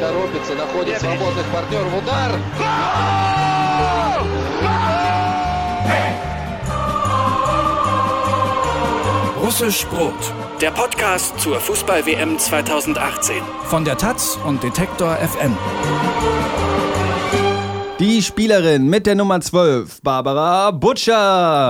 торопится, находит свободных партнеров. Удар! Russisch Brot, der Podcast zur Fußball-WM 2018 von der Taz und Detektor FM. Die Spielerin mit der Nummer 12, Barbara Butcher.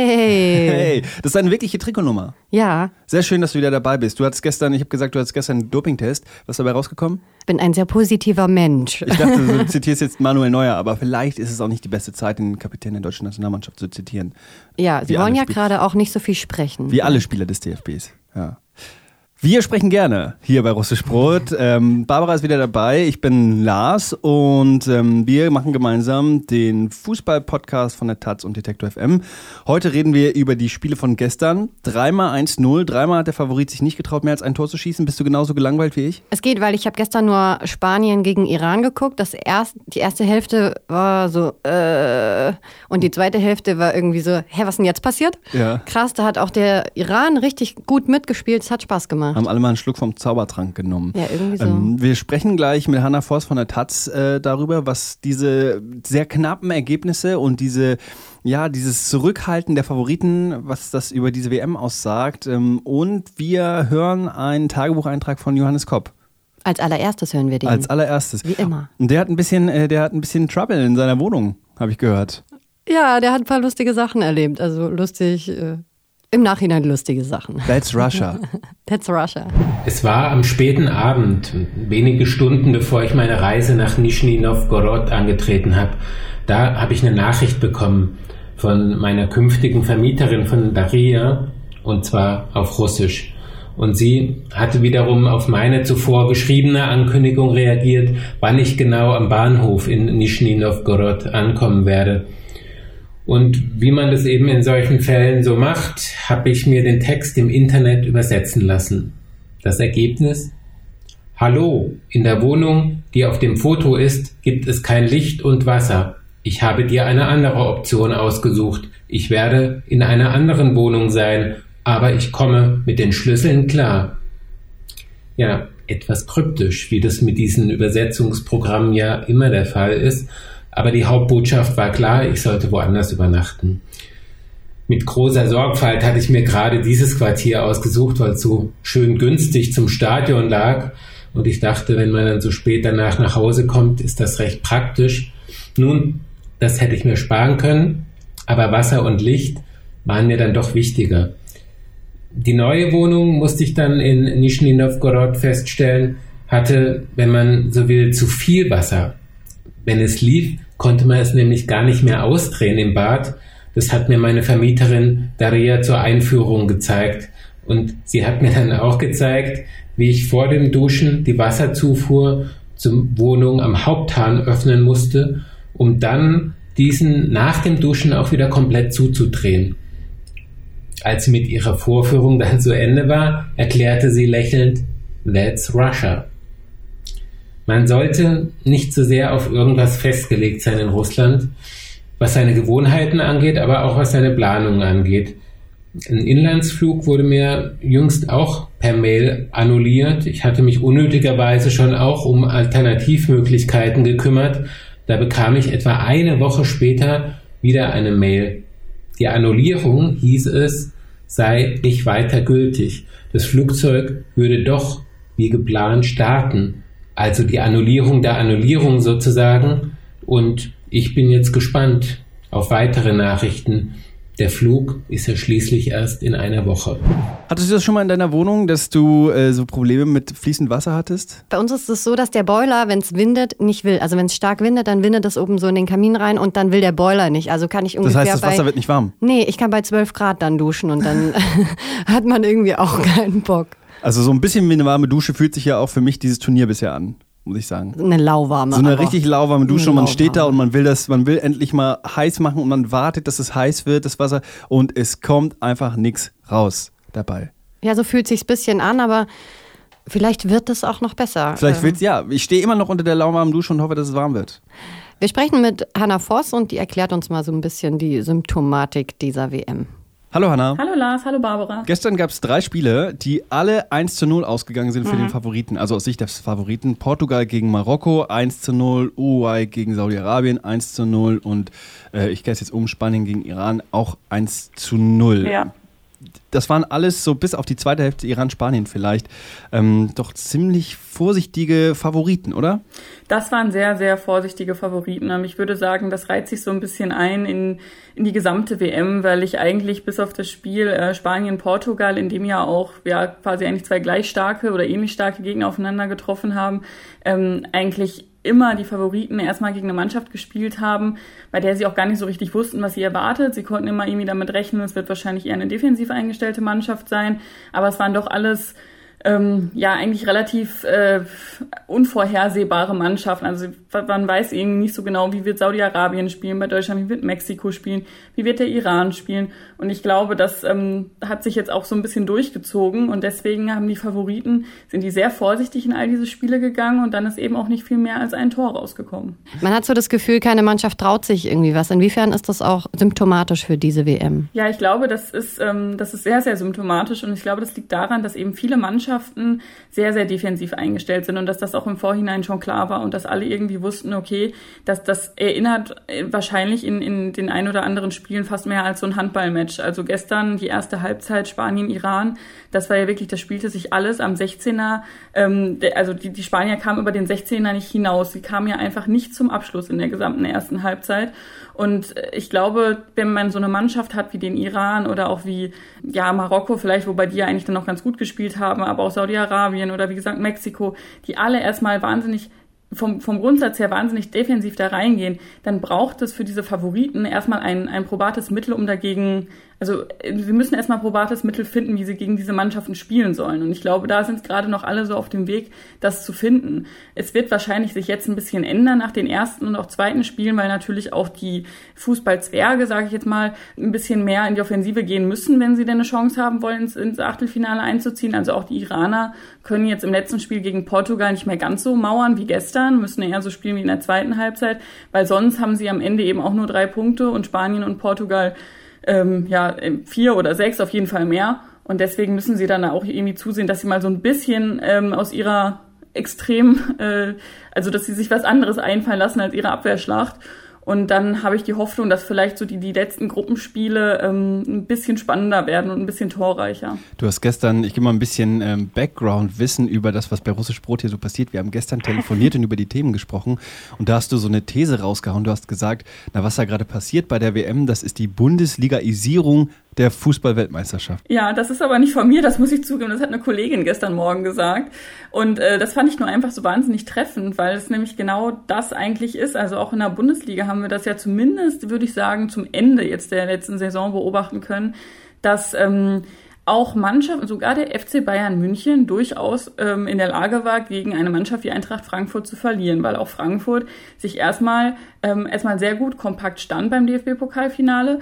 Hey. Das ist eine wirkliche Trikotnummer. Ja. Sehr schön, dass du wieder dabei bist. Ich habe gesagt, du hattest gestern einen Dopingtest. Was ist dabei rausgekommen? Ich bin ein sehr positiver Mensch. Ich dachte, du zitierst jetzt Manuel Neuer, aber vielleicht ist es auch nicht die beste Zeit, den Kapitän der deutschen Nationalmannschaft zu zitieren. Ja, Sie wollen ja gerade auch nicht so viel sprechen. Wie alle Spieler des DFBs, ja. Wir sprechen gerne hier bei Russisch Brot. Barbara ist wieder dabei, ich bin Lars und wir machen gemeinsam den Fußball-Podcast von der Taz und Detektor FM. Heute reden wir über die Spiele von gestern. 3-1-0, dreimal hat der Favorit sich nicht getraut, mehr als ein Tor zu schießen. Bist du genauso gelangweilt wie ich? Es geht, weil ich habe gestern nur Spanien gegen Iran geguckt. Die erste Hälfte war so und die zweite Hälfte war irgendwie so, was ist denn jetzt passiert? Ja. Krass, da hat auch der Iran richtig gut mitgespielt, es hat Spaß gemacht. Haben alle mal einen Schluck vom Zaubertrank genommen. Ja, irgendwie so. Wir sprechen gleich mit Hannah Voss von der Taz darüber, was diese sehr knappen Ergebnisse und dieses Zurückhalten der Favoriten, was das über diese WM aussagt. Und wir hören einen Tagebucheintrag von Johannes Kopp. Als allererstes hören wir den. Als allererstes. Wie immer. Und der hat ein bisschen Trouble in seiner Wohnung, habe ich gehört. Ja, der hat ein paar lustige Sachen erlebt. Also lustig... Im Nachhinein lustige Sachen. That's Russia. That's Russia. Es war am späten Abend, wenige Stunden bevor ich meine Reise nach Nischni Novgorod angetreten habe. Da habe ich eine Nachricht bekommen von meiner künftigen Vermieterin von Daria, und zwar auf Russisch. Und sie hatte wiederum auf meine zuvor geschriebene Ankündigung reagiert, wann ich genau am Bahnhof in Nischni Novgorod ankommen werde. Und wie man das eben in solchen Fällen so macht, habe ich mir den Text im Internet übersetzen lassen. Das Ergebnis? Hallo, in der Wohnung, die auf dem Foto ist, gibt es kein Licht und Wasser. Ich habe dir eine andere Option ausgesucht. Ich werde in einer anderen Wohnung sein, aber ich komme mit den Schlüsseln klar. Ja, etwas kryptisch, wie das mit diesen Übersetzungsprogrammen ja immer der Fall ist. Aber die Hauptbotschaft war klar, ich sollte woanders übernachten. Mit großer Sorgfalt hatte ich mir gerade dieses Quartier ausgesucht, weil es so schön günstig zum Stadion lag. Und ich dachte, wenn man dann so spät danach nach Hause kommt, ist das recht praktisch. Nun, das hätte ich mir sparen können, aber Wasser und Licht waren mir dann doch wichtiger. Die neue Wohnung, musste ich dann in Nischni Novgorod feststellen, hatte, wenn man so will, zu viel Wasser. Wenn es lief, konnte man es nämlich gar nicht mehr ausdrehen im Bad. Das hat mir meine Vermieterin Daria zur Einführung gezeigt. Und sie hat mir dann auch gezeigt, wie ich vor dem Duschen die Wasserzufuhr zur Wohnung am Haupthahn öffnen musste, um dann diesen nach dem Duschen auch wieder komplett zuzudrehen. Als sie mit ihrer Vorführung dann zu Ende war, erklärte sie lächelnd, "That's Russia." Man sollte nicht so sehr auf irgendwas festgelegt sein in Russland, was seine Gewohnheiten angeht, aber auch was seine Planungen angeht. Ein Inlandsflug wurde mir jüngst auch per Mail annulliert. Ich hatte mich unnötigerweise schon auch um Alternativmöglichkeiten gekümmert. Da bekam ich etwa eine Woche später wieder eine Mail. Die Annullierung, hieß es, sei nicht weiter gültig. Das Flugzeug würde doch wie geplant starten. Also die Annullierung der Annullierung sozusagen. Und ich bin jetzt gespannt auf weitere Nachrichten. Der Flug ist ja schließlich erst in einer Woche. Hattest du das schon mal in deiner Wohnung, dass du so Probleme mit fließend Wasser hattest? Bei uns ist es so, dass der Boiler, wenn es windet, nicht will. Also wenn es stark windet, dann windet es oben so in den Kamin rein und dann will der Boiler nicht. Also kann ich ungefähr Das heißt, das Wasser wird nicht warm? Nee, ich kann bei 12 Grad dann duschen und dann hat man irgendwie auch keinen Bock. Also so ein bisschen wie eine warme Dusche fühlt sich ja auch für mich dieses Turnier bisher an, muss ich sagen. Eine lauwarme. So eine richtig lauwarme Dusche und man steht da und man will endlich mal heiß machen und man wartet, dass es heiß wird, das Wasser, und es kommt einfach nichts raus dabei. Ja, so fühlt es sich ein bisschen an, aber vielleicht wird es auch noch besser. Ich stehe immer noch unter der lauwarmen Dusche und hoffe, dass es warm wird. Wir sprechen mit Hannah Voss und die erklärt uns mal so ein bisschen die Symptomatik dieser WM. Hallo Hanna. Hallo Lars, hallo Barbara. Gestern gab es 3 Spiele, die alle 1:0 ausgegangen sind für den Favoriten. Also aus Sicht des Favoriten. Portugal gegen Marokko 1:0, Uruguay gegen Saudi-Arabien 1:0 und ich gehe jetzt Spanien gegen Iran auch 1:0. Ja. Das waren alles so bis auf die zweite Hälfte Iran-Spanien vielleicht doch ziemlich vorsichtige Favoriten, oder? Das waren sehr, sehr vorsichtige Favoriten. Und ich würde sagen, das reiht sich so ein bisschen ein in die gesamte WM, weil ich eigentlich bis auf das Spiel Spanien-Portugal, in dem ja auch quasi eigentlich 2 gleich starke oder ähnlich starke Gegner aufeinander getroffen haben, eigentlich immer die Favoriten erstmal gegen eine Mannschaft gespielt haben, bei der sie auch gar nicht so richtig wussten, was sie erwartet. Sie konnten immer irgendwie damit rechnen, es wird wahrscheinlich eher eine defensiv eingestellte Mannschaft sein, aber es waren doch alles eigentlich relativ unvorhersehbare Mannschaften. Also man weiß eben nicht so genau, wie wird Saudi-Arabien spielen bei Deutschland, wie wird Mexiko spielen, wie wird der Iran spielen. Und ich glaube, das hat sich jetzt auch so ein bisschen durchgezogen und deswegen haben die Favoriten, sind die sehr vorsichtig in all diese Spiele gegangen und dann ist eben auch nicht viel mehr als ein Tor rausgekommen. Man hat so das Gefühl, keine Mannschaft traut sich irgendwie was. Inwiefern ist das auch symptomatisch für diese WM? Ja, ich glaube, das ist sehr, sehr symptomatisch und ich glaube, das liegt daran, dass eben viele Mannschaften sehr, sehr defensiv eingestellt sind und dass das auch im Vorhinein schon klar war und dass alle irgendwie wussten, okay, dass das erinnert wahrscheinlich in den ein oder anderen Spielen fast mehr als so ein Handballmatch. Also gestern die erste Halbzeit Spanien-Iran, das war ja wirklich, das spielte sich alles am 16er, also die Spanier kamen über den 16er nicht hinaus. Sie kamen ja einfach nicht zum Abschluss in der gesamten ersten Halbzeit. Und ich glaube, wenn man so eine Mannschaft hat wie den Iran oder auch wie Marokko vielleicht, wobei die ja eigentlich dann noch ganz gut gespielt haben, aber auch Saudi-Arabien oder wie gesagt Mexiko, die alle erstmal wahnsinnig vom Grundsatz her wahnsinnig defensiv da reingehen, dann braucht es für diese Favoriten erstmal ein probates Mittel, um dagegen, also sie müssen erstmal probates Mittel finden, wie sie gegen diese Mannschaften spielen sollen. Und ich glaube, da sind gerade noch alle so auf dem Weg, das zu finden. Es wird wahrscheinlich sich jetzt ein bisschen ändern nach den ersten und auch zweiten Spielen, weil natürlich auch die Fußballzwerge, sage ich jetzt mal, ein bisschen mehr in die Offensive gehen müssen, wenn sie denn eine Chance haben wollen, ins Achtelfinale einzuziehen. Also auch die Iraner können jetzt im letzten Spiel gegen Portugal nicht mehr ganz so mauern wie gestern, müssen eher so spielen wie in der zweiten Halbzeit, weil sonst haben sie am Ende eben auch nur 3 Punkte und Spanien und Portugal 4 oder 6, auf jeden Fall mehr. Und deswegen müssen sie dann auch irgendwie zusehen, dass sie mal so ein bisschen aus ihrer also dass sie sich was anderes einfallen lassen als ihre Abwehrschlacht. Und dann habe ich die Hoffnung, dass vielleicht so die letzten Gruppenspiele ein bisschen spannender werden und ein bisschen torreicher. Du hast gestern, ich gebe mal ein bisschen Background-Wissen über das, was bei Russisch Brot hier so passiert. Wir haben gestern telefoniert und über die Themen gesprochen und da hast du so eine These rausgehauen. Du hast gesagt, was da gerade passiert bei der WM, das ist die Bundesligaisierung der Fußball-Weltmeisterschaft. Ja, das ist aber nicht von mir, das muss ich zugeben. Das hat eine Kollegin gestern Morgen gesagt. Und das fand ich nur einfach so wahnsinnig treffend, weil es nämlich genau das eigentlich ist. Also auch in der Bundesliga haben wir das ja zumindest, würde ich sagen, zum Ende jetzt der letzten Saison beobachten können, dass auch Mannschaften, sogar der FC Bayern München, durchaus in der Lage war, gegen eine Mannschaft wie Eintracht Frankfurt zu verlieren, weil auch Frankfurt sich erstmal sehr gut kompakt stand beim DFB-Pokalfinale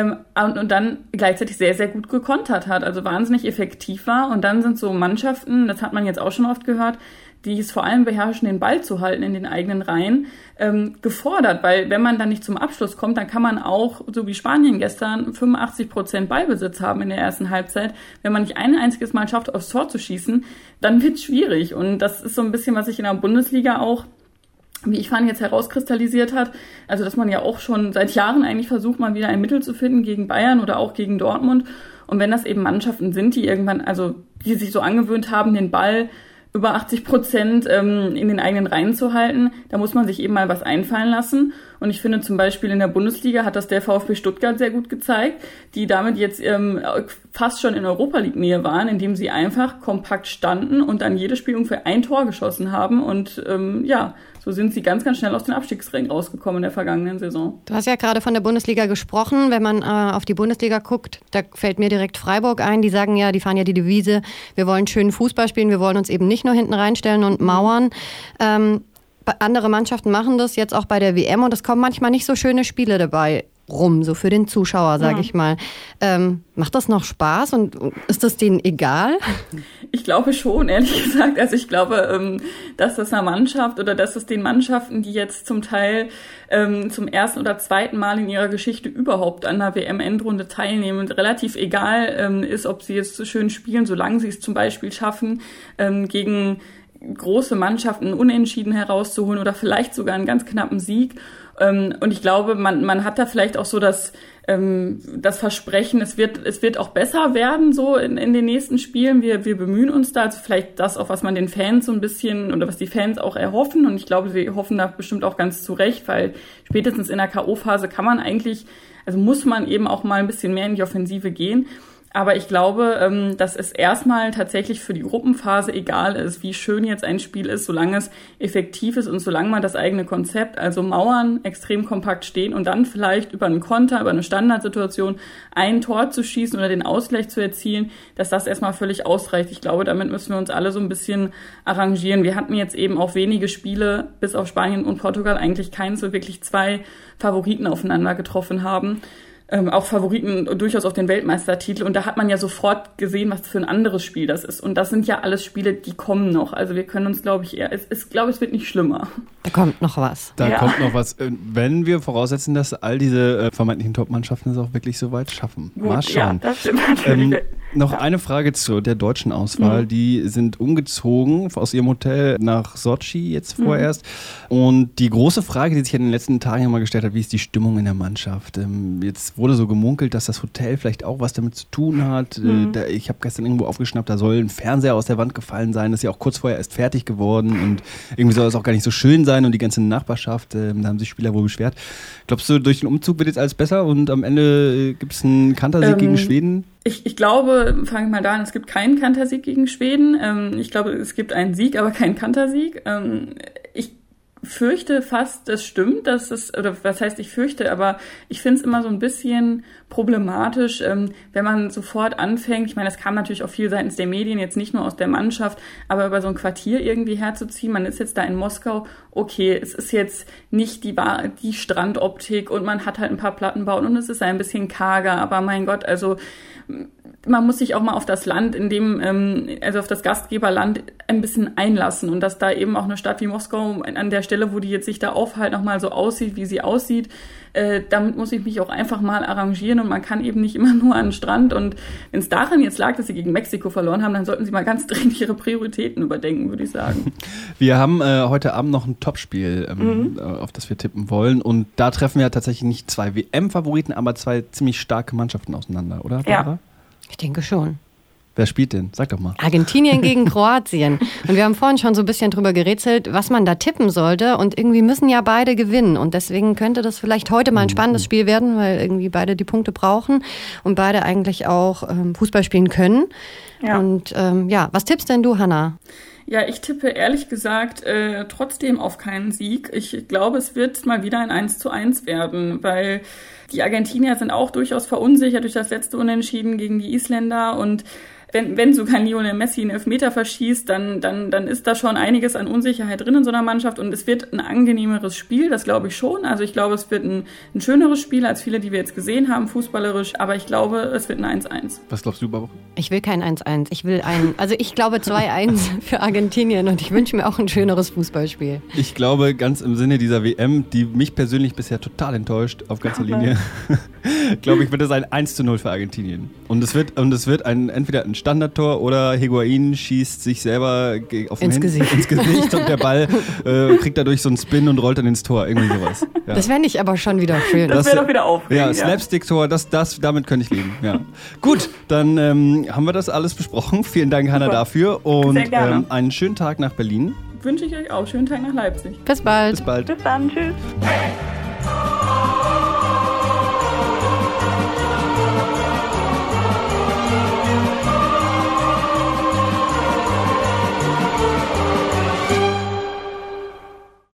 und dann gleichzeitig sehr, sehr gut gekontert hat, also wahnsinnig effektiv war. Und dann sind so Mannschaften, das hat man jetzt auch schon oft gehört, die es vor allem beherrschen, den Ball zu halten in den eigenen Reihen, gefordert, weil wenn man dann nicht zum Abschluss kommt, dann kann man auch, so wie Spanien gestern, 85% Ballbesitz haben in der ersten Halbzeit. Wenn man nicht ein einziges Mal schafft, aufs Tor zu schießen, dann wird es schwierig. Und das ist so ein bisschen, was sich in der Bundesliga auch, wie ich fand, jetzt herauskristallisiert hat. Also, dass man ja auch schon seit Jahren eigentlich versucht, mal wieder ein Mittel zu finden gegen Bayern oder auch gegen Dortmund. Und wenn das eben Mannschaften sind, die irgendwann, also die sich so angewöhnt haben, den Ball über 80% in den eigenen Reihen zu halten, da muss man sich eben mal was einfallen lassen. Und ich finde zum Beispiel in der Bundesliga hat das der VfB Stuttgart sehr gut gezeigt, die damit jetzt fast schon in Europa-League-Nähe waren, indem sie einfach kompakt standen und dann jedes Spiel ungefähr ein Tor geschossen haben. Und so sind sie ganz, ganz schnell aus den Abstiegsrängen rausgekommen in der vergangenen Saison. Du hast ja gerade von der Bundesliga gesprochen. Wenn man auf die Bundesliga guckt, da fällt mir direkt Freiburg ein. Die sagen ja, die fahren ja die Devise, wir wollen schönen Fußball spielen, wir wollen uns eben nicht nur hinten reinstellen und mauern. Andere Mannschaften machen das jetzt auch bei der WM und es kommen manchmal nicht so schöne Spiele dabei. rum, so für den Zuschauer, sage ich mal. Macht das noch Spaß und ist das denen egal? Ich glaube schon, ehrlich gesagt. Also ich glaube, dass das einer Mannschaft oder dass es den Mannschaften, die jetzt zum Teil zum ersten oder zweiten Mal in ihrer Geschichte überhaupt an der WM-Endrunde teilnehmen, relativ egal ist, ob sie jetzt so schön spielen, solange sie es zum Beispiel schaffen, gegen große Mannschaften unentschieden herauszuholen oder vielleicht sogar einen ganz knappen Sieg. Und ich glaube, man hat da vielleicht auch so das Versprechen, es wird auch besser werden so in den nächsten Spielen. Wir bemühen uns da, also vielleicht das auch, was man den Fans so ein bisschen oder was die Fans auch erhoffen. Und ich glaube, sie hoffen da bestimmt auch ganz zu Recht, weil spätestens in der K.O.-Phase muss man eben auch mal ein bisschen mehr in die Offensive gehen. Aber ich glaube, dass es erstmal tatsächlich für die Gruppenphase egal ist, wie schön jetzt ein Spiel ist, solange es effektiv ist und solange man das eigene Konzept, also Mauern, extrem kompakt stehen und dann vielleicht über einen Konter, über eine Standardsituation ein Tor zu schießen oder den Ausgleich zu erzielen, dass das erstmal völlig ausreicht. Ich glaube, damit müssen wir uns alle so ein bisschen arrangieren. Wir hatten jetzt eben auch wenige Spiele, bis auf Spanien und Portugal, eigentlich keins, wo wirklich zwei Favoriten aufeinander getroffen haben. Auch Favoriten durchaus auf den Weltmeistertitel. Und da hat man ja sofort gesehen, was für ein anderes Spiel das ist. Und das sind ja alles Spiele, die kommen noch. Also wir können uns, glaube ich, es wird nicht schlimmer. Da kommt noch was. Kommt noch was. Wenn wir voraussetzen, dass all diese vermeintlichen Top-Mannschaften es auch wirklich so weit schaffen. Gut, mal schauen. Ja, das stimmt natürlich. Noch eine Frage zu der deutschen Auswahl. Die sind umgezogen aus ihrem Hotel nach Sotschi jetzt vorerst. Und die große Frage, die sich in den letzten Tagen immer gestellt hat, wie ist die Stimmung in der Mannschaft? Jetzt wurde so gemunkelt, dass das Hotel vielleicht auch was damit zu tun hat. Ich habe gestern irgendwo aufgeschnappt, da soll ein Fernseher aus der Wand gefallen sein. Das ist ja auch kurz vorher erst fertig geworden. Und irgendwie soll es auch gar nicht so schön sein. Und die ganze Nachbarschaft, da haben sich Spieler wohl beschwert. Glaubst du, durch den Umzug wird jetzt alles besser und am Ende gibt es einen Kantersieg gegen Schweden? Ich glaube, fange ich mal da an, es gibt keinen Kantersieg gegen Schweden. Ich glaube, es gibt einen Sieg, aber keinen Kantersieg. Ich fürchte fast, das stimmt, oder was heißt ich fürchte, aber ich finde es immer so ein bisschen problematisch, wenn man sofort anfängt, ich meine, das kam natürlich auch viel seitens der Medien, jetzt nicht nur aus der Mannschaft, aber über so ein Quartier irgendwie herzuziehen, man ist jetzt da in Moskau, okay, es ist jetzt nicht die Strandoptik und man hat halt ein paar Plattenbauten und es ist ein bisschen karger, aber mein Gott, also man muss sich auch mal auf das Land, auf das Gastgeberland ein bisschen einlassen und dass da eben auch eine Stadt wie Moskau an der Stelle, wo die jetzt sich da aufhalten, noch mal so aussieht, wie sie aussieht, damit muss ich mich auch einfach mal arrangieren und man kann eben nicht immer nur an den Strand und wenn es daran jetzt lag, dass sie gegen Mexiko verloren haben, dann sollten sie mal ganz dringend ihre Prioritäten überdenken, würde ich sagen. Wir haben heute Abend noch ein Topspiel, auf das wir tippen wollen und da treffen wir tatsächlich nicht zwei WM-Favoriten, aber zwei ziemlich starke Mannschaften auseinander, oder? Ja. Ich denke schon. Wer spielt denn? Sag doch mal. Argentinien gegen Kroatien. Und wir haben vorhin schon so ein bisschen drüber gerätselt, was man da tippen sollte. Und irgendwie müssen ja beide gewinnen. Und deswegen könnte das vielleicht heute mal ein spannendes Spiel werden, weil irgendwie beide die Punkte brauchen und beide eigentlich auch Fußball spielen können. Ja. Und was tippst denn du, Hanna? Ja, ich tippe ehrlich gesagt trotzdem auf keinen Sieg. Ich glaube, es wird mal wieder ein 1:1 werden, weil die Argentinier sind auch durchaus verunsichert durch das letzte Unentschieden gegen die Isländer und wenn sogar Lionel Messi einen Elfmeter verschießt, dann ist da schon einiges an Unsicherheit drin in so einer Mannschaft und es wird ein angenehmeres Spiel, das glaube ich schon. Also ich glaube, es wird ein schöneres Spiel als viele, die wir jetzt gesehen haben, fußballerisch, aber ich glaube, es wird ein 1:1. Was glaubst du, Barbara? Ich will kein 1:1, ich glaube 2:1 für Argentinien und ich wünsche mir auch ein schöneres Fußballspiel. Ich glaube, ganz im Sinne dieser WM, die mich persönlich bisher total enttäuscht, auf ganzer Linie, glaube ich, wird es ein 1:0 für Argentinien. Und es wird entweder ein Standardtor oder Higuaín schießt sich selber ins Gesicht und der Ball kriegt dadurch so einen Spin und rollt dann ins Tor. Irgendwie sowas. Ja. Das fände ich aber schon wieder schön. Das wäre doch wieder aufregend. Ja, Slapstick-Tor, damit könnte ich leben. Ja. Gut, dann haben wir das alles besprochen. Vielen Dank, Hanna, dafür. Und einen schönen Tag nach Berlin. Wünsche ich euch auch. Schönen Tag nach Leipzig. Bis bald. Bis bald. Bis dann. Tschüss.